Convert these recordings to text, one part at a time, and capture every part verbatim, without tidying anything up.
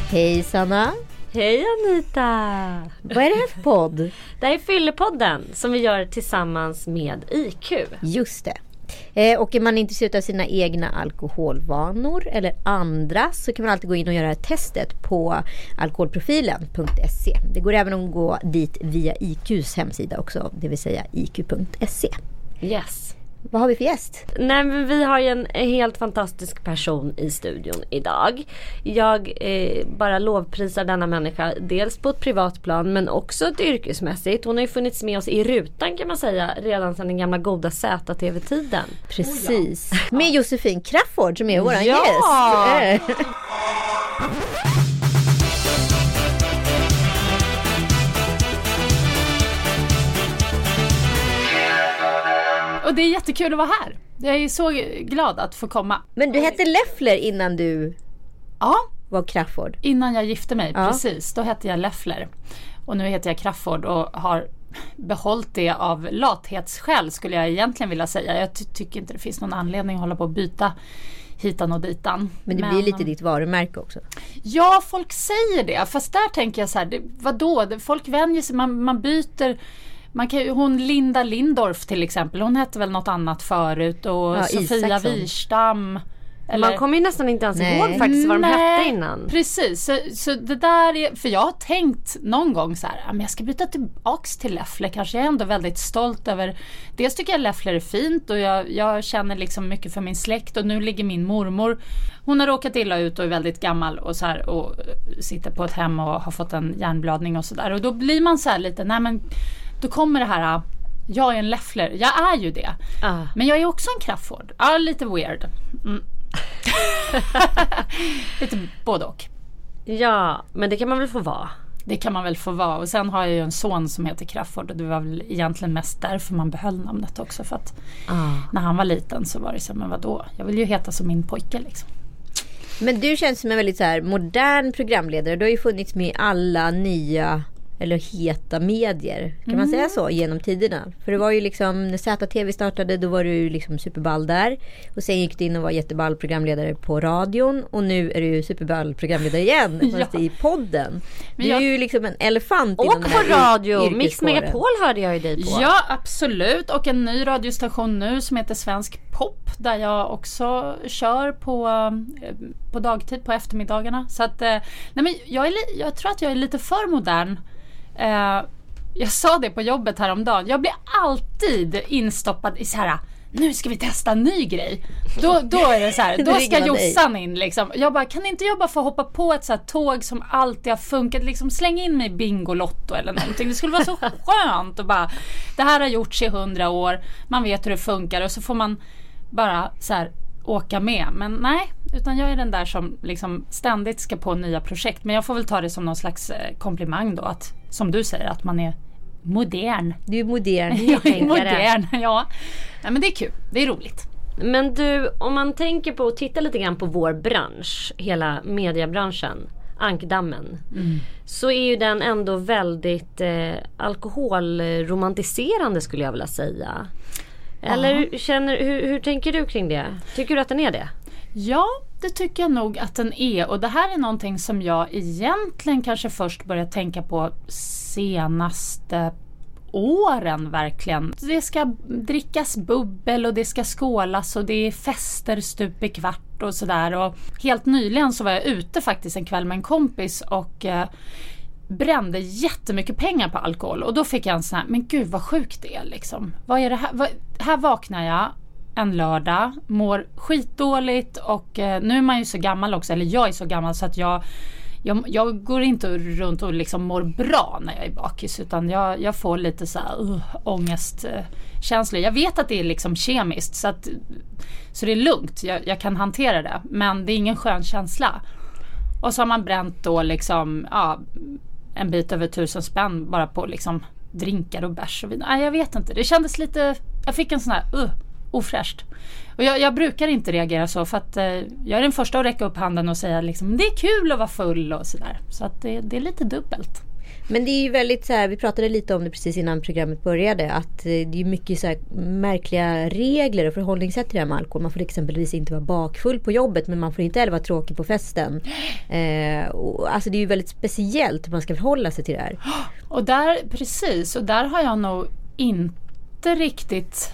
Hej Sanna. Hej Anita. Vad är det här för podd? Det här är Fyllepodden som vi gör tillsammans med I Q. Just det. Eh, och är man intresserad av sina egna alkoholvanor eller andra så kan man alltid gå in och göra testet på alkoholprofilen punkt se. Det går även att gå dit via I Qs hemsida också, det vill säga i q punkt se. Yes. Vad har vi för gäst? Nej, men vi har ju en helt fantastisk person i studion idag. Jag eh, bara lovprisar denna människa dels på ett privat plan men också ett yrkesmässigt. Hon har ju funnits med oss i rutan kan man säga redan sedan den gamla goda Z T V-tiden. Precis. Oh, ja. Med Josefin Crafoord som är våran ja! gäst. Och det är jättekul att vara här. Jag är så glad att få komma. Men du hette Leffler innan du ja. var Crafoord? Innan jag gifte mig, ja. precis. Då hette jag Leffler. Och nu heter jag Crafoord och har behållit det av lathetsskäl skulle jag egentligen vilja säga. Jag ty- tycker inte det finns någon anledning att hålla på och byta hitan och ditan. Men det Men, blir lite ditt varumärke också. Ja, folk säger det. Fast där tänker jag så här, det, vadå? Folk vänjer sig, man, man byter... Man kan, hon Linda Lindorff till exempel, hon hette väl något annat förut och ja, Sofia Wirstam eller... Man kommer ju nästan inte ens ihåg faktiskt vad de Nej, hette innan. Precis, så, så det där är, för jag har tänkt någon gång så här, men jag ska byta tillbaks till Leffler, kanske jag är ändå väldigt stolt över, dels tycker jag Leffler är fint och jag, jag känner liksom mycket för min släkt och nu ligger min mormor, hon har råkat illa ut och är väldigt gammal och så här och sitter på ett hem och har fått en hjärnblödning och sådär och då blir man så här lite, nej men då kommer det här, jag är en Leffler, jag är ju det. Ah. Men jag är också en Crafoord. Ja, lite weird. Mm. Lite både och. Ja, men det kan man väl få vara. Det kan man väl få vara. Och sen har jag ju en son som heter Crafoord och det var väl egentligen mest därför man behöll namnet också. För att ah. när han var liten så var det så, men vadå? Jag vill ju heta som min pojke liksom. Men du känns som en väldigt så här modern programledare. Du har ju funnits med i alla nya... eller heta medier, kan man mm. säga så, genom tiderna. För det var ju liksom, när Z T V startade, då var du ju liksom superball där. Och sen gick du in och var jätteball programledare på radion. Och nu är du ju superball programledare igen, ja. fast i podden. Du jag... är ju liksom en elefant inom den här. Och på radio, Mix Megapol hörde jag ju dig på. Ja, absolut. Och en ny radiostation nu som heter Svensk Pop, där jag också kör på, på dagtid, på eftermiddagarna. Så att, nej men jag, är li- jag tror att jag är lite för modern. Uh, jag sa det på jobbet häromdagen. Jag blir alltid instoppad i så här, nu ska vi testa en ny grej. Då, då är det så här, då ska Jossan in liksom. Jag bara, kan inte jag bara få hoppa på ett så här tåg som alltid har funkat, liksom släng in mig i Bingolotto eller någonting. Det skulle vara så skönt och bara, det här har gjorts i hundra år. Man vet hur det funkar och så får man bara så här åka med. Men nej, utan jag är den där som liksom ständigt ska på nya projekt. Men jag får väl ta det som någon slags komplimang då, att som du säger, att man är modern. Du är modern. Jag är modern, ja. Nej, men det är kul, det är roligt. Men du, om man tänker på att titta lite grann på vår bransch, hela mediebranschen, Ankdammen, mm. så är ju den ändå väldigt eh, alkoholromantiserande skulle jag vilja säga. Eller känner, hur, hur tänker du kring det? Tycker du att den är det? Ja, det tycker jag nog att den är. Och det här är någonting som jag egentligen kanske först började tänka på senaste åren verkligen. Det ska drickas bubbel och det ska skålas och det är fester stup i kvart och sådär. Och helt nyligen så var jag ute faktiskt en kväll med en kompis och... Eh, brände jättemycket pengar på alkohol och då fick jag en sån här, men gud vad sjukt det är liksom. Vad är det här? Vad, här vaknar jag en lördag, mår skitdåligt och eh, nu är man ju så gammal också, eller jag är så gammal så att jag jag, jag går inte runt och liksom mår bra när jag är bakis utan jag, jag får lite så här uh, ångestkänslor. Jag vet att det är liksom kemiskt så att så det är lugnt, jag, jag kan hantera det, men det är ingen skön känsla. Och så har man bränt då liksom ja, en bit över tusen spänn bara på liksom drinkar och bärs och vin. Nej, jag vet inte. Det kändes lite... Jag fick en sån här... Uh, ofräscht. Och jag, jag brukar inte reagera så för att eh, jag är den första att räcka upp handen och säga liksom det är kul att vara full och sådär. Så att det, det är lite dubbelt. Men det är ju väldigt så här, vi pratade lite om det precis innan programmet började, att det är mycket så här märkliga regler och förhållningssätt till det här med alkohol. Man får exempelvis inte vara bakfull på jobbet, men man får inte heller vara tråkig på festen. Eh, och, alltså det är ju väldigt speciellt hur man ska förhålla sig till det här. Och där, precis, och där har jag nog inte riktigt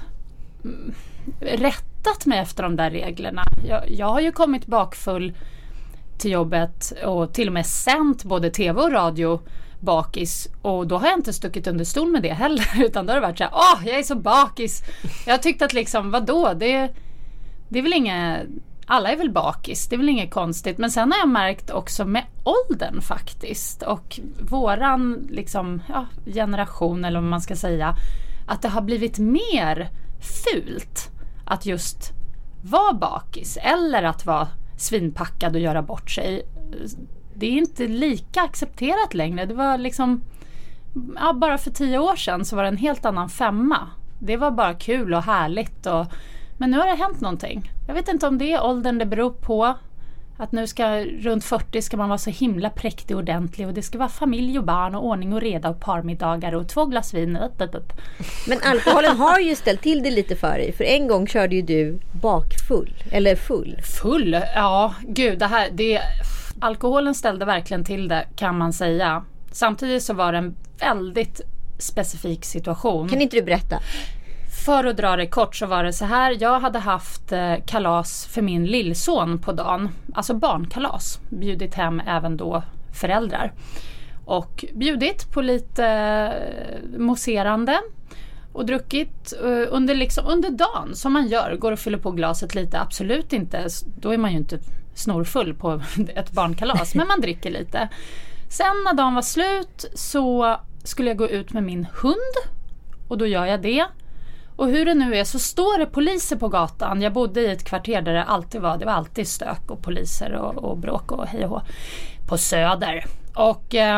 rättat mig efter de där reglerna. Jag, jag har ju kommit bakfull till jobbet och till och med sänt både tv och radio bakis, och då har jag inte stuckit under stol med det heller, utan då har det varit så här, åh, jag är så bakis. Jag tyckte att liksom, vadå, det, det är väl inget, alla är väl bakis, det är väl inget konstigt, men sen har jag märkt också med åldern faktiskt, och våran liksom, ja, generation eller vad man ska säga, att det har blivit mer fult att just vara bakis eller att vara svinpackad och göra bort sig. Det är inte lika accepterat längre. Det var liksom, ja, bara för tio år sedan så var det en helt annan femma. Det var bara kul och härligt. Och, men nu har det hänt någonting. Jag vet inte om det är åldern det beror på. Att nu ska runt fyrtio ska man vara så himla präktig och ordentlig. Och det ska vara familj och barn och ordning och reda och parmiddagar och två glas vin. Men alkoholen har ju ställt till det lite för dig. För en gång körde ju du bakfull. Eller full. Full? Ja, gud, det här... Det, alkoholen ställde verkligen till det, kan man säga. Samtidigt så var det en väldigt specifik situation. Kan inte du berätta? För att dra det kort så var det så här. Jag hade haft kalas för min lillson på dagen. Alltså barnkalas. Bjudit hem även då föräldrar. Och bjudit på lite mousserande. Och druckit under, liksom, under dagen som man gör. Går och fyller på glaset lite. Absolut inte. Då är man ju inte snorfull på ett barnkalas. Men man dricker lite. Sen när dagen var slut så skulle jag gå ut med min hund. Och då gör jag det. Och hur det nu är så står det poliser på gatan. Jag bodde i ett kvarter där det alltid var. Det var alltid stök och poliser och, och bråk och hej och hå. På Söder. Och eh,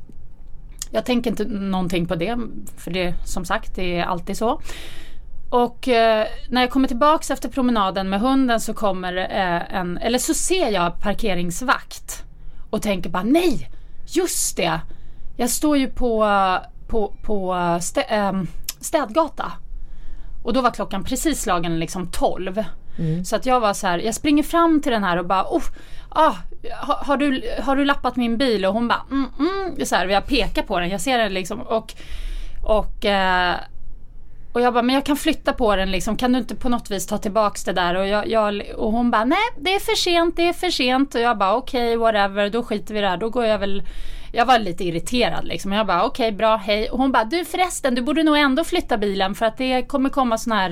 jag tänker inte någonting på det. För det, som sagt, det är alltid så. Och eh, när jag kommer tillbaks efter promenaden med hunden så kommer eh, en... Eller så ser jag parkeringsvakt. Och tänker bara, nej! Just det! Jag står ju på, på, på stä, eh, städgata. Och då var klockan precis slagen liksom tolv. Mm. Så att jag var så här, jag springer fram till den här och bara, oh, ah, har, har, du, har du lappat min bil? Och hon bara, mm, mm. Så här, jag pekar på den, jag ser den liksom. Och, och, eh, och jag bara, men jag kan flytta på den liksom. Kan du inte på något vis ta tillbaks det där? Och, jag, jag, och hon bara, nej, det är för sent, det är för sent. Och jag bara, okej, okay, whatever, då skiter vi där. Då går jag väl... Jag var lite irriterad liksom. Jag bara, okej, okay, bra, hej. Och hon bara, du förresten, du borde nog ändå flytta bilen för att det kommer komma sån här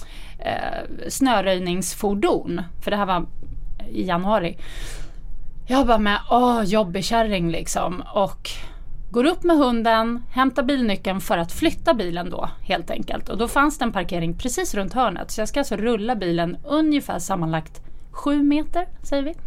eh, snöröjningsfordon. För det här var i januari. Jag bara med, åh, jobbig kärring liksom. Och går upp med hunden, hämtar bilnyckeln för att flytta bilen då, helt enkelt. Och då fanns det en parkering precis runt hörnet. Så jag ska alltså rulla bilen ungefär sammanlagt sju meter, säger vi.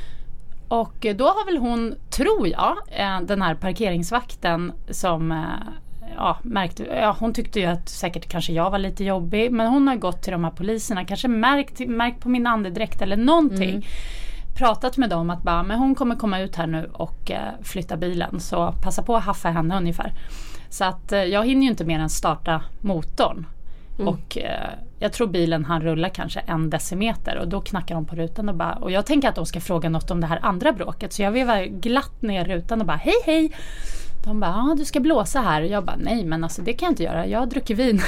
Och då har väl hon, tror jag, den här parkeringsvakten som ja, märkte, ja, hon tyckte ju att säkert kanske jag var lite jobbig, men hon har gått till de här poliserna, kanske märkt, märkt på min andedräkt eller någonting, mm. pratat med dem att bara, men hon kommer komma ut här nu och eh, flytta bilen, så passa på att haffa henne ungefär. Så att eh, jag hinner ju inte mer än starta motorn. Mm. Och eh, jag tror bilen han rullar kanske en decimeter och då knackar de på rutan och bara, och jag tänker att de ska fråga något om det här andra bråket, så jag vevar glatt ner rutan och bara, hej hej. De bara, ah, du ska blåsa här. Och jag bara, nej men alltså det kan jag inte göra, jag har druckit vin.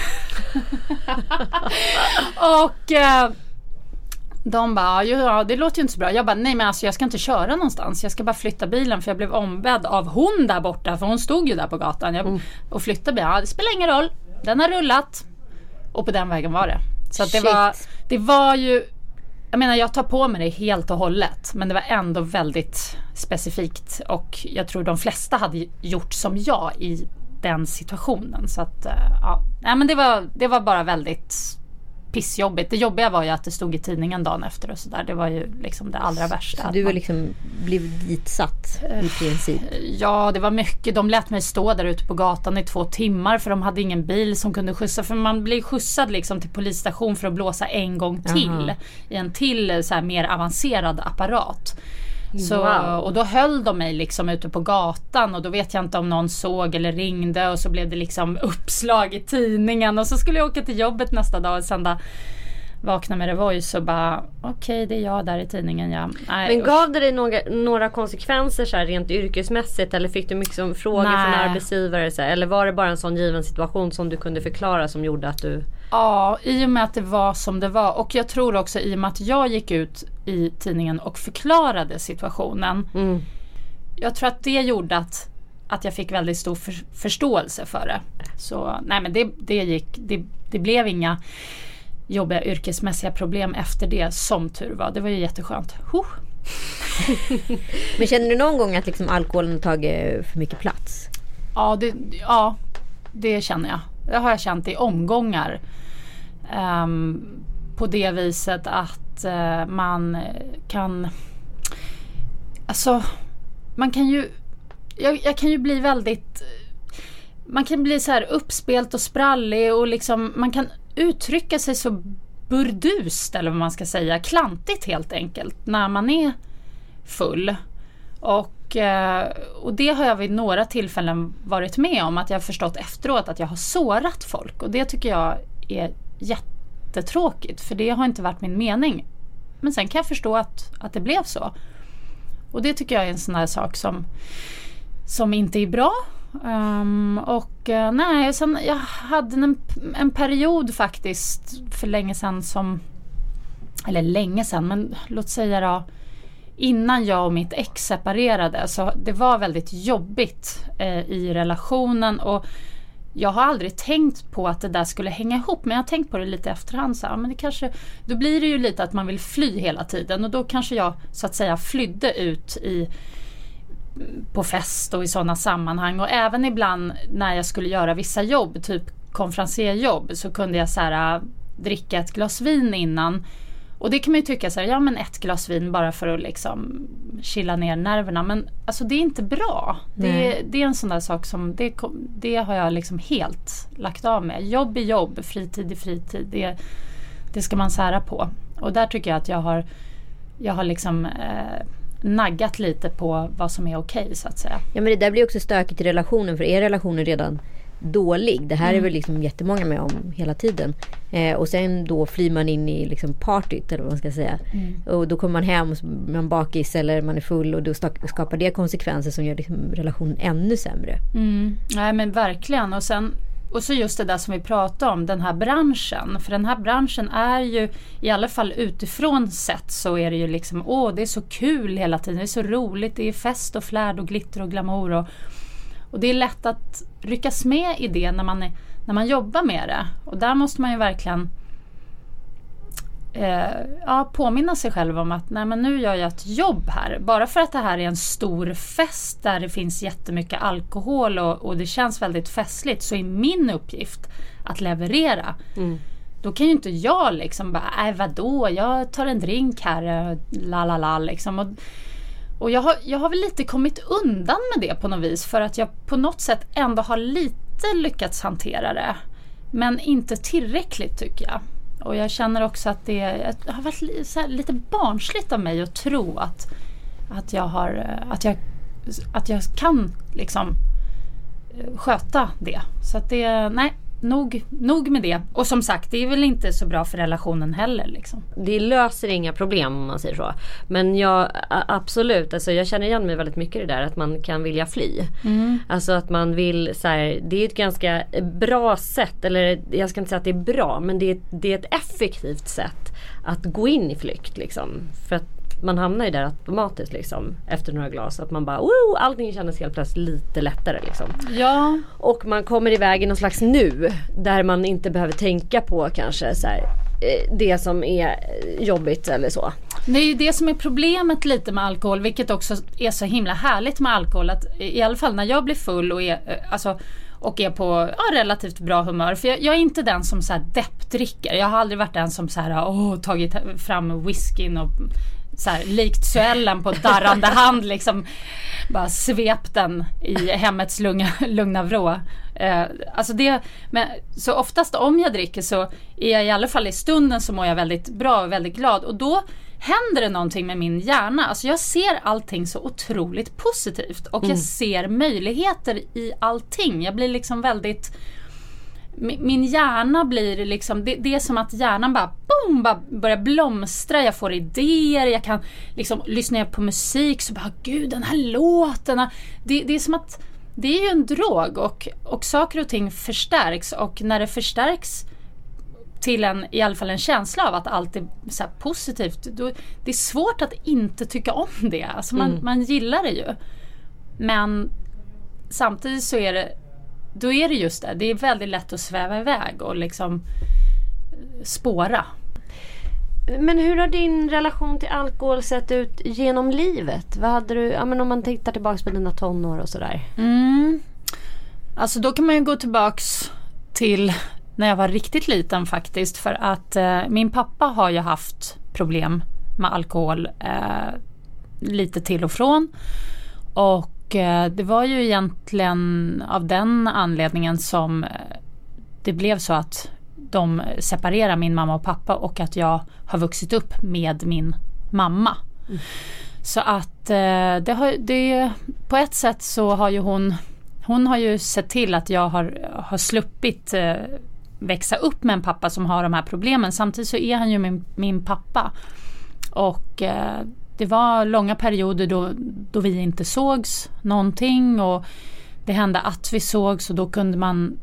Och eh, de bara, ja det låter ju inte så bra. Jag bara, nej men alltså jag ska inte köra någonstans, jag ska bara flytta bilen, för jag blev ombedd av hon där borta, för hon stod ju där på gatan. Jag, mm. Och flytta bilen, ja, det spelar ingen roll, den har rullat. Och på den vägen var det. Så att det, var, det var ju, jag menar jag tar på mig det helt och hållet, men det var ändå väldigt specifikt, och jag tror de flesta hade gjort som jag i den situationen. Så att ja, nej, men det var, det var bara väldigt pissjobbigt. Det jobbiga var ju att det stod i tidningen dagen efter och sådär. Det var ju liksom det allra värsta. Så du var liksom blivit ditsatt i princip? Ja, det var mycket. De lät mig stå där ute på gatan i två timmar för de hade ingen bil som kunde skjutsa. För man blir skjutsad liksom till polisstation för att blåsa en gång till. Aha. I en till så här mer avancerad apparat. Så, wow. och då höll de mig liksom ute på gatan och då vet jag inte om någon såg eller ringde och så blev det liksom uppslag i tidningen och så skulle jag åka till jobbet nästa dag och sända vakna med The Voice och bara okej, okay, det är jag där i tidningen, ja. Nej, men gav det dig några, några konsekvenser så här, rent yrkesmässigt eller fick du mycket som frågor Nej. från arbetsgivare så här, eller var det bara en sån given situation som du kunde förklara som gjorde att du... Ja, i och med att det var som det var och jag tror också i och med att jag gick ut i tidningen och förklarade situationen. Mm. Jag tror att det gjorde att, att jag fick väldigt stor för, förståelse för det. Så nej, men det, det gick, det, det blev inga jobbiga yrkesmässiga problem efter det, som tur var. Det var ju jätteskönt. Huh. Men känner du någon gång att liksom alkoholen tagit för mycket plats? Ja, det, ja, det känner jag. Det har jag känt i omgångar. Um, på det viset att uh, man kan... Alltså, man kan ju... Jag, jag kan ju bli väldigt... Man kan bli så här uppspelt och sprallig och liksom... Man kan uttrycka sig så burdust, eller vad man ska säga. Klantigt helt enkelt, när man är full. Och, och det har jag vid några tillfällen varit med om, att jag har förstått efteråt att jag har sårat folk. Och det tycker jag är jättetråkigt, för det har inte varit min mening. Men sen kan jag förstå att, att det blev så. Och det tycker jag är en sån här sak som, som inte är bra. Um, och uh, nej, sen, jag hade en, en period faktiskt för länge sedan som, eller länge sedan, men låt säga då, innan jag och mitt ex separerade, så det var väldigt jobbigt eh, i relationen och jag har aldrig tänkt på att det där skulle hänga ihop, men jag har tänkt på det lite efterhand så här, men det kanske, då blir det ju lite att man vill fly hela tiden och då kanske jag så att säga flydde ut i på fest och i sådana sammanhang, och även ibland när jag skulle göra vissa jobb, typ konferencierjobb, så kunde jag så här dricka ett glas vin innan. Och det kan man ju tycka så här, ja men ett glas vin bara för att liksom chilla ner nerverna. Men alltså det är inte bra. Det, det är en sån där sak som, det, det har jag liksom helt lagt av med. Jobb är jobb, fritid är fritid. Det, det ska man sära på. Och där tycker jag att jag har, jag har liksom eh, naggat lite på vad som är okej, så att säga. Ja, men det där blir också stökigt i relationen, för er relation är redan dålig. Det här mm. är väl liksom jättemånga med om hela tiden. Eh, och sen då flyr man in i liksom partyt, eller vad man ska säga. Mm. Och då kommer man hem och man bakis eller man är full, och då skapar det konsekvenser som gör liksom relationen ännu sämre. Mm. Nej, men verkligen. Och sen och så just det där som vi pratade om, den här branschen. För den här branschen är ju, i alla fall utifrån sett, så är det ju liksom, åh, det är så kul hela tiden. Det är så roligt, det är fest och flärd och glitter och glamour. Och, och det är lätt att ryckas med i det när man, är, när man jobbar med det. Och där måste man ju verkligen eh, ja, påminna sig själv om att nej, men nu gör jag ett jobb här. Bara för att det här är en stor fest där det finns jättemycket alkohol och, och det känns väldigt festligt, så är min uppgift att leverera. Mm. Då kan ju inte jag liksom bara, nej vadå, jag tar en drink här, la la la liksom. Och, och jag har, jag har väl lite kommit undan med det på något vis, för att jag på något sätt ändå har lite lyckats hantera det. Men inte tillräckligt, tycker jag. Och jag känner också att det, det har varit så här, lite barnsligt av mig att tro att, att, jag, har, att, jag, att jag kan liksom sköta det. Så att det, nej, nog, nog med det. Och som sagt, det är väl inte så bra för relationen heller. Liksom. Det löser inga problem om man säger så. Men jag, absolut, alltså jag känner igen mig väldigt mycket i det där att man kan vilja fly. Mm. Alltså att man vill, så här, det är ett ganska bra sätt, eller jag ska inte säga att det är bra, men det är, det är ett effektivt sätt att gå in i flykt liksom. För att man hamnar ju där automatiskt liksom, efter några glas, att man bara, oh, allting känns helt plötsligt lite lättare liksom. Ja. Och man kommer iväg i någon slags nu, där man inte behöver tänka på kanske så här, det som är jobbigt eller så. Det är ju det som är problemet lite med alkohol, vilket också är så himla härligt med alkohol, att i alla fall när jag blir full och är, alltså, och är på ja, relativt bra humör, för jag, jag är inte den som så här deppdricker. Jag har aldrig varit den som så här, åh, tagit fram whiskyn och så här, likt Suellen på darrande hand liksom bara svep den i hemmets lugna, lugna vrå. Eh, alltså det, men, så oftast om jag dricker så är jag i alla fall i stunden så mår jag väldigt bra och väldigt glad. Och då händer det någonting med min hjärna. Alltså jag ser allting så otroligt positivt. Och mm. jag ser möjligheter i allting. Jag blir liksom väldigt... Min hjärna blir liksom, det, det är som att hjärnan bara, boom, bara börjar blomstra. Jag får idéer, jag kan liksom, lyssna jag på musik så bara, gud den här låten. Det, det är som att, det är ju en drog och, och saker och ting förstärks. Och när det förstärks till en, i alla fall en känsla av att allt är så här positivt, då, det är svårt att inte tycka om det. Alltså man, mm. man gillar det ju. Men samtidigt så är det, då är det just det. Det är väldigt lätt att sväva iväg och liksom spåra. Men hur har din relation till alkohol sett ut genom livet? Vad hade du, ja, men om man tittar tillbaka på dina tonår och sådär. Mm. Alltså då kan man ju gå tillbaks till när jag var riktigt liten faktiskt. För att eh, min pappa har ju haft problem med alkohol eh, lite till och från. Och det var ju egentligen av den anledningen som det blev så att de separerar min mamma och pappa och att jag har vuxit upp med min mamma. Mm. Så att det har, det, på ett sätt så har ju hon hon har ju sett till att jag har, har sluppit växa upp med en pappa som har de här problemen. Samtidigt så är han ju min, min pappa. Och det var långa perioder då, då vi inte sågs någonting och det hände att vi sågs och då kunde man,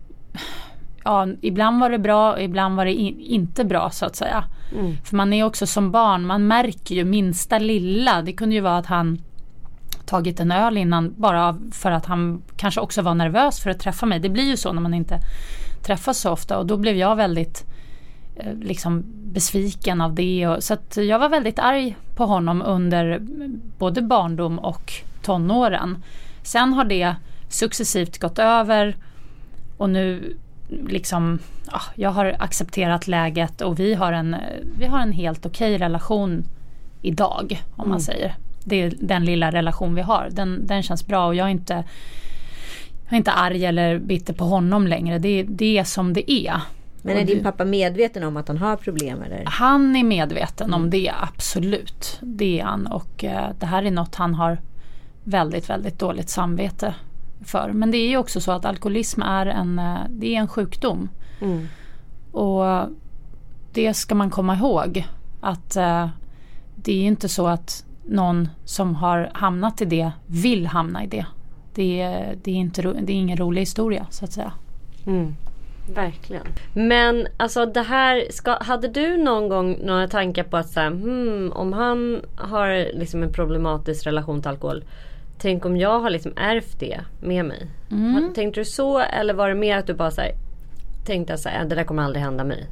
ja, ibland var det bra och ibland var det in, inte bra så att säga. Mm. För man är också som barn, man märker ju minsta lilla. Det kunde ju vara att han tagit en öl innan bara för att han kanske också var nervös för att träffa mig. Det blir ju så när man inte träffas så ofta och då blev jag väldigt liksom besviken av det och, så att jag var väldigt arg på honom under både barndom och tonåren. Sen har det successivt gått över och nu liksom ja, jag har accepterat läget och vi har en vi har en helt okej relation idag om mm. man säger. Det är den lilla relation vi har. Den, den känns bra och jag är inte jag är inte arg eller bitter på honom längre. Det, det är som det är. Men är din pappa medveten om att han har problem? Eller? Han är medveten mm. om det, absolut. Det är han. Och eh, det här är något han har väldigt, väldigt dåligt samvete för. Men det är ju också så att alkoholism är en, eh, det är en sjukdom. Mm. Och det ska man komma ihåg. Att eh, det är inte så att någon som har hamnat i det vill hamna i det. Det är, det är, inte, det är ingen rolig historia, så att säga. Mm. Verkligen. Men alltså det här, ska, hade du någon gång några tankar på att säga, hmm, om han har liksom en problematisk relation till alkohol, tänk om jag har liksom ärvt det med mig. Mm. Tänkte du så eller var det mer att du bara så här, tänkte att så här, det där kommer aldrig hända mig?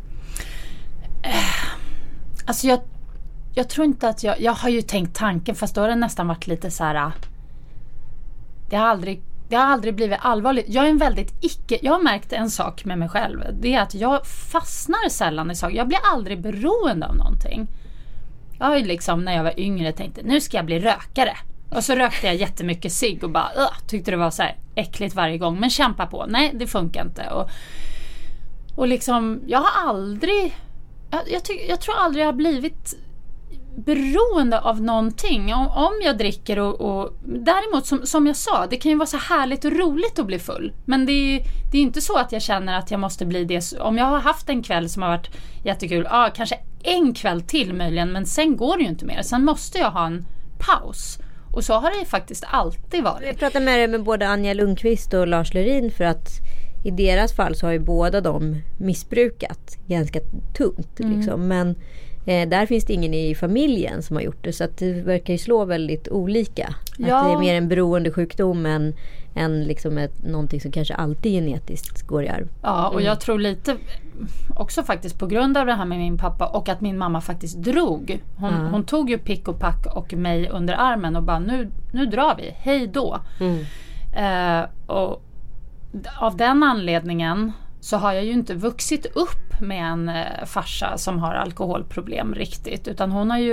Alltså jag, jag tror inte att jag, jag har ju tänkt tanken fast då har det nästan varit lite så här, det har aldrig Det har aldrig blivit allvarligt. Jag är en väldigt icke... Jag har märkt en sak med mig själv. Det är att jag fastnar sällan i saker. Jag blir aldrig beroende av någonting. Jag har ju liksom när jag var yngre tänkte, nu ska jag bli rökare. Och så rökte jag jättemycket cigg och bara uh, tyckte det var så här äckligt varje gång. Men kämpa på. Nej, det funkar inte. Och, och liksom, jag har aldrig... Jag, jag, tyck, jag tror aldrig jag har blivit beroende av någonting. Om, om jag dricker och, och däremot som, som jag sa, det kan ju vara så härligt och roligt att bli full. Men det är, det är inte så att jag känner att jag måste bli det. Om jag har haft en kväll som har varit jättekul, ja, kanske en kväll till möjligen, men sen går det ju inte mer. Sen måste jag ha en paus. Och så har det ju faktiskt alltid varit. Jag pratade med, med både Anja Lundqvist och Lars Lerin för att i deras fall så har ju båda de missbrukat ganska tungt. Mm. Liksom. Men eh, där finns det ingen i familjen som har gjort det. Så att det verkar ju slå väldigt olika. Ja. Att det är mer en beroende sjukdom än, än liksom ett, någonting som kanske alltid genetiskt går i arv. Ja, och mm. jag tror lite också faktiskt på grund av det här med min pappa och att min mamma faktiskt drog. Hon, mm. hon tog ju pick och pack och mig under armen och bara nu, nu drar vi, hej då. Mm. Eh, och av den anledningen så har jag ju inte vuxit upp med en eh, farsa som har alkoholproblem riktigt, utan hon har ju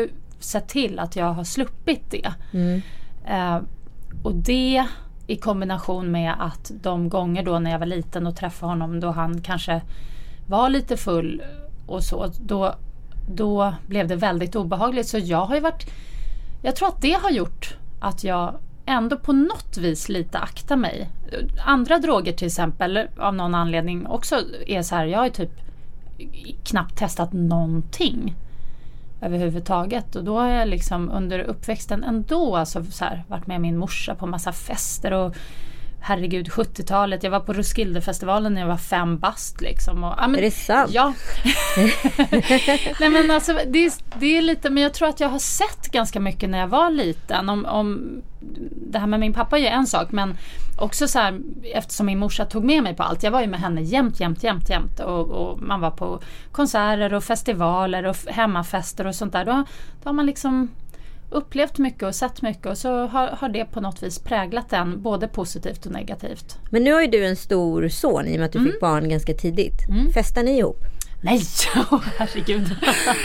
sett till att jag har sluppit det. Mm. Eh, och det i kombination med att de gånger då när jag var liten och träffade honom då han kanske var lite full och så, då, då blev det väldigt obehagligt. Så jag har ju varit, jag tror att det har gjort att jag ändå på något vis lite aktar mig. Andra droger till exempel av någon anledning också är så här, jag har ju typ knappt testat någonting överhuvudtaget, och då har jag liksom under uppväxten ändå alltså så här, varit med min morsa på massa fester och herregud, sjuttiotalet, jag var på Roskildefestivalen när jag var fem bast liksom. Och, ja, men, är det sant? Ja. Nej men alltså det är, det är lite, men jag tror att jag har sett ganska mycket när jag var liten om, om det här med min pappa är ju en sak, men också så här, eftersom min morsa tog med mig på allt, jag var ju med henne jämt, jämt, jämt, jämt och, och man var på konserter och festivaler och hemmafester och sånt där, då, då har man liksom upplevt mycket och sett mycket, och så har, har det på något vis präglat den både positivt och negativt. Men nu har ju du en stor son i och med att du mm. fick barn ganska tidigt. Mm. Festar ni ihop? Nej, oh, herregud.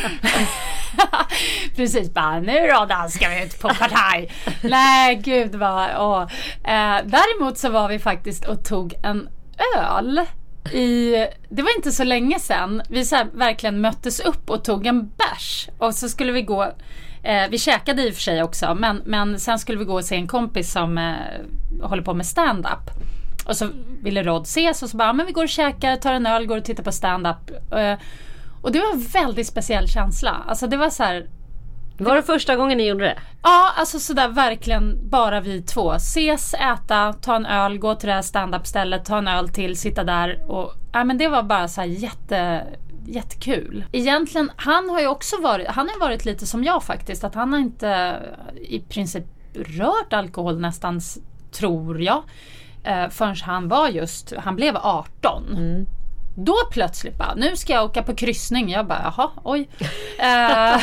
Precis, bara nu då Dan ska vi ut på partaj. Nej, gud vad. Åh. Eh, däremot så var vi faktiskt och tog en öl. I, det var inte så länge sedan. Vi så här, verkligen möttes upp och tog en bärs. Och så skulle vi gå. Eh, vi käkade i och för sig också, men, men sen skulle vi gå och se en kompis som eh, håller på med stand-up. Och så ville Rod ses och så bara, men vi går och käkar, tar en öl, går och tittar på stand-up. Eh, och det var en väldigt speciell känsla. Alltså det var så här. Var det första gången ni gjorde det? Ja, alltså sådär verkligen bara vi två. Ses, äta, ta en öl, gå till det här stand-up-stället, ta en öl till, sitta där. Och, ja, men det var bara så här jätte... jättekul. Egentligen, han har ju också varit, han har varit lite som jag faktiskt, att han har inte i princip rört alkohol nästan, tror jag, eh, förrän han var just, han blev arton. Mm. Då plötsligt bara, nu ska jag åka på kryssning. Jag bara, jaha, oj. eh.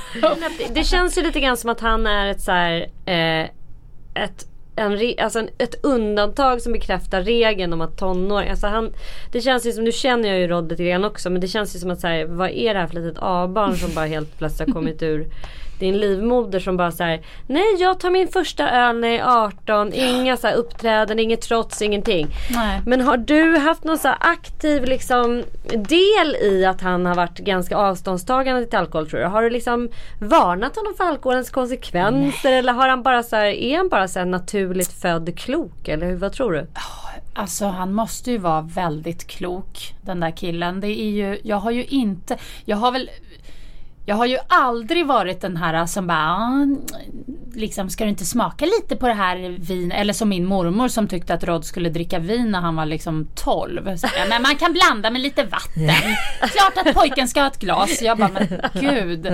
Det känns ju lite grann som att han är ett så här, eh, ett En re, alltså en, ett undantag som bekräftar regeln om att tonår, alltså han, det känns ju som, nu känner jag ju Rod lite grann också, men det känns ju som att så här, vad är det här för litet A-barn som bara helt plötsligt har kommit ur din livmoder, som bara så här, nej jag tar min första öl när jag är arton, inga så här uppträden, inget trots, ingenting. Nej. Men har du haft någon så här aktiv liksom del i att han har varit ganska avståndstagande till alkohol, tror du? Har du liksom varnat honom för alkoholens konsekvenser, nej, eller har han bara så här, är han bara så här naturligt född klok, eller vad tror du? Alltså han måste ju vara väldigt klok, den där killen. Det är ju, jag har ju inte, jag har väl Jag har ju aldrig varit den här som bara, liksom, ska du inte smaka lite på det här vin? Eller som min mormor som tyckte att Rod skulle dricka vin när han var liksom tolv. Så, ja, men man kan blanda med lite vatten. Klart att pojken ska ha ett glas. Jag bara, men gud.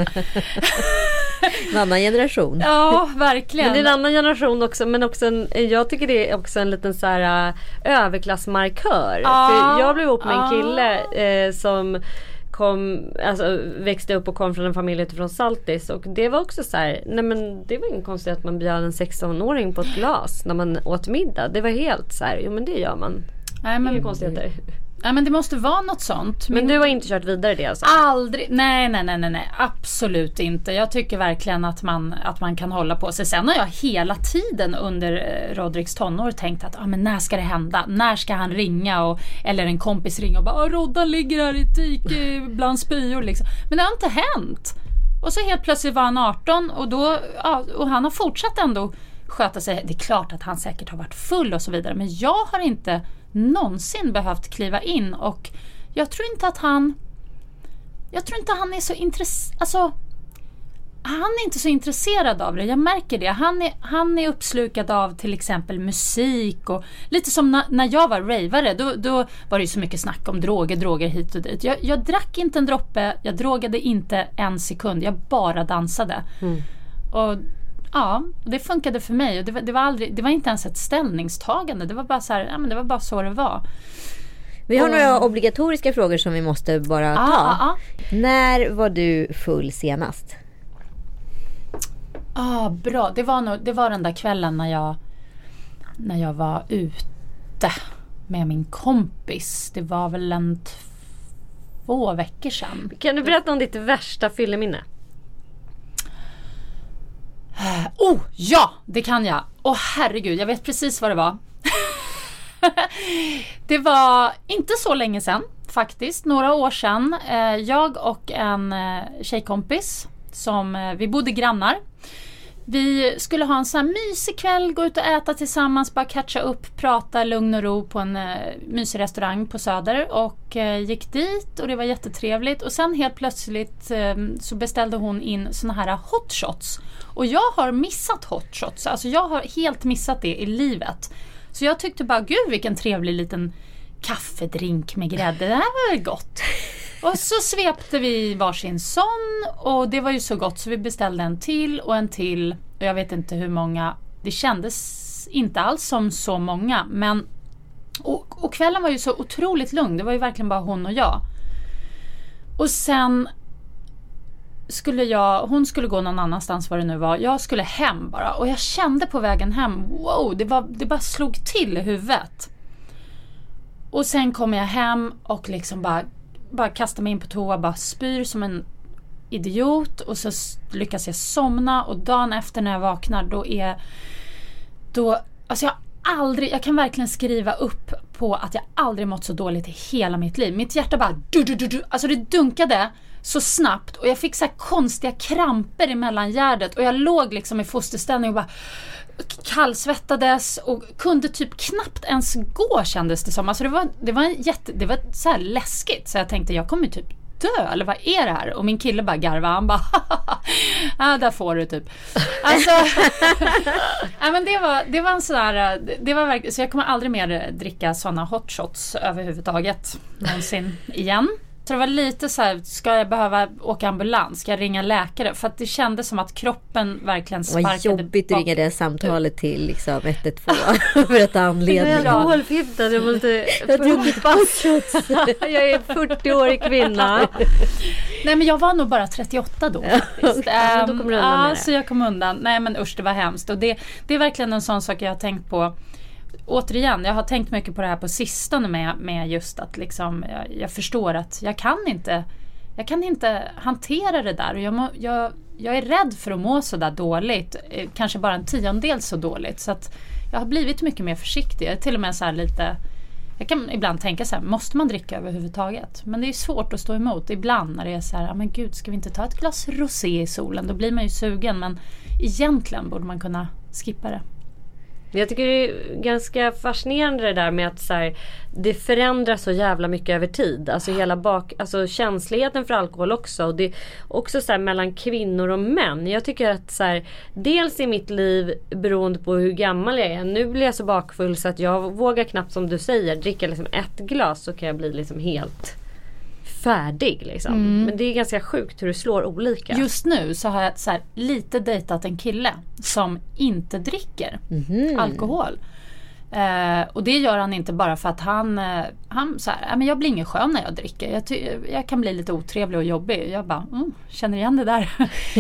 En annan generation. Ja, verkligen. Men det är en annan generation också. Men också en, jag tycker det är också en liten så här överklassmarkör. Ja, för jag blev ihop med en kille eh, som kom, alltså, växte upp och kom från en familj utifrån Saltis, och det var också så här, nej men det var ingen konstigt att man bjöd en sexton-åring på ett glas när man åt middag. Det var helt så här, jo men det gör man. Nej, men, inga konstigheter. Nej, men det måste vara något sånt. Men Min... du har inte kört vidare det alltså? Aldrig, nej, nej, nej, nej, nej, absolut inte. Jag tycker verkligen att man, att man kan hålla på sig. Sen har jag hela tiden under eh, Rodriks tonår tänkt att, ah, men när ska det hända? När ska han ringa? Och, eller en kompis ringa och bara, ah, Roddan ligger här i ett dike bland spyor liksom. Men det har inte hänt. Och så helt plötsligt var han arton och då, ja, och han har fortsatt ändå sköta sig. Det är klart att han säkert har varit full och så vidare, men jag har inte någonsin behövt kliva in, och jag tror inte att han jag tror inte han är så intresserad, alltså han är inte så intresserad av det, jag märker det. Han är, han är uppslukad av till exempel musik, och lite som na, när jag var ravare, då, då var det ju så mycket snack om droger, droger hit och dit. Jag, jag drack inte en droppe, jag drogade inte en sekund, jag bara dansade. Mm. Och ja, det funkade för mig, och det var, det var aldrig, det var inte ens ett ställningstagande, det var bara så här, ja, men det var bara så det var. Vi har och, några obligatoriska frågor som vi måste bara ta. Ah, ah, ah. När var du full senast? Ah, bra. Det var nog, det var den där kvällen när jag när jag var ute med min kompis. Det var väl en t- två veckor sedan. Kan du berätta om ditt värsta fylleminne? Oh, ja, det kan jag. Åh, herregud, jag vet precis vad det var. Det var inte så länge sedan, faktiskt. Några år sedan. Jag och en tjejkompis som vi bodde grannar. Vi skulle ha en sån här mysig kväll, gå ut och äta tillsammans, bara catcha upp, prata lugn och ro på en uh, mysig restaurang på Söder och uh, gick dit och det var jättetrevligt och sen helt plötsligt um, så beställde hon in såna här hot shots och jag har missat hot shots, alltså jag har helt missat det i livet, så jag tyckte bara, gud vilken trevlig liten kaffedrink med grädde, det här var väl gott. Och så svepte vi varsin sån och det var ju så gott så vi beställde en till och en till och jag vet inte hur många, det kändes inte alls som så många, men och, och kvällen var ju så otroligt lugn, det var ju verkligen bara hon och jag. Och sen skulle jag, hon skulle gå någon annanstans vad det nu var, jag skulle hem bara och jag kände på vägen hem, wow, det, var, det bara slog till i huvudet. Och sen kom jag hem och liksom bara bara kastar mig in på toa, bara spyr som en idiot och så lyckas jag somna och dagen efter när jag vaknar då är då, alltså jag aldrig, jag kan verkligen skriva upp på att jag aldrig mått så dåligt i hela mitt liv. Mitt hjärta bara du, du, du, du, alltså det dunkade så snabbt och jag fick så här konstiga kramper i mellangärdet och jag låg liksom i fosterställning och bara kallsvettades och kunde typ knappt ens gå, kändes det som. Alltså det var, det var, en jätte, det var så här läskigt så jag tänkte jag kommer typ dö eller vad är det här? Och min kille bara garvade, han bara ah, där får du typ. Alltså ja, men det var, det var en sådär, det var verkligen, så jag kommer aldrig mer dricka sådana hot shots överhuvudtaget någonsin igen. Så det var lite så här, ska jag behöva åka ambulans? Ska jag ringa läkare? För att det kändes som att kroppen verkligen sparkade. Det var jobbigt att ringa det samtalet till liksom ett ett två för ett anledning. Jag är alkoholförgiftad, jag måste jag har druckit shots. Jag är fyrtioårig kvinna. Nej, men jag var nog bara trettioåtta då. Faktiskt. Ja, då kom du undan med det. Så jag kom undan. Nej, men usch, det var hemskt. Och det, det är verkligen en sån sak jag har tänkt på. Återigen, jag har tänkt mycket på det här på sistone med, med just att liksom, jag, jag förstår att jag kan inte jag kan inte hantera det där och jag, må, jag, jag är rädd för att må så där dåligt, kanske bara en tiondel så dåligt, så att jag har blivit mycket mer försiktig. Jag är till och med så här lite, jag kan ibland tänka så här, måste man dricka överhuvudtaget? Men det är svårt att stå emot ibland när det är så här, men gud, ska vi inte ta ett glas rosé i solen? Då blir man ju sugen, men egentligen borde man kunna skippa det. Jag tycker det är ganska fascinerande det där med att så här, det förändras så jävla mycket över tid. Alltså hela bak, alltså känsligheten för alkohol också. Och det är också så här, mellan kvinnor och män. Jag tycker att så här, dels i mitt liv beroende på hur gammal jag är. Nu blir jag så bakfull så att jag vågar knappt, som du säger, dricka liksom ett glas så kan jag bli liksom helt färdig liksom. Mm. Men det är ganska sjukt hur det slår olika. Just nu så har jag så här, lite dejtat en kille som inte dricker mm. alkohol. Eh, och det gör han inte bara för att han, eh, han så här, men jag blir ingen skön när jag dricker. Jag, ty- jag kan bli lite otrevlig och jobbig. Jag bara, mm, känner igen det där.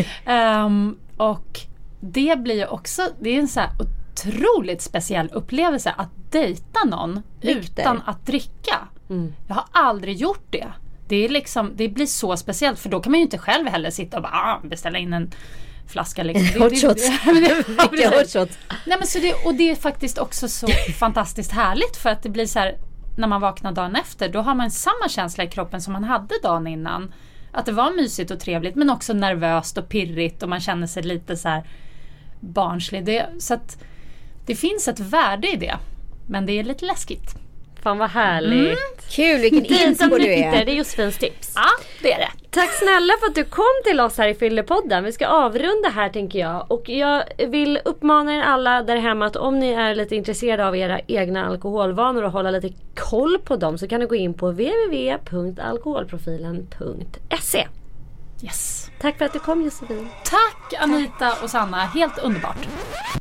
um, och det blir ju också, det är en så här otroligt speciell upplevelse att dejta någon Riktigt. utan att dricka. Mm. Jag har aldrig gjort det. Det, är liksom, det blir så speciellt, för då kan man ju inte själv heller sitta och bara, ah, beställa in en flaska. Liksom. Hot shots. Ja, hot shots. Nej, men så det, och det är faktiskt också så fantastiskt härligt, för att det blir så här, när man vaknar dagen efter, då har man samma känsla i kroppen som man hade dagen innan. Att det var mysigt och trevligt, men också nervöst och pirrigt, och man känner sig lite så här barnslig. Det, så att det finns ett värde i det, men det är lite läskigt. Fan vad härligt. Mm. Kul, vilken inspo du är. Det är Josefins tips. Ja, det är det. Tack snälla för att du kom till oss här i Fyllepodden. Vi ska avrunda här, tänker jag. Och jag vill uppmana er alla där hemma att om ni är lite intresserade av era egna alkoholvanor och hålla lite koll på dem, så kan du gå in på w w w punkt alkoholprofilen punkt se. Yes. Tack för att du kom, Josefin. Tack Anita och Sanna, helt underbart.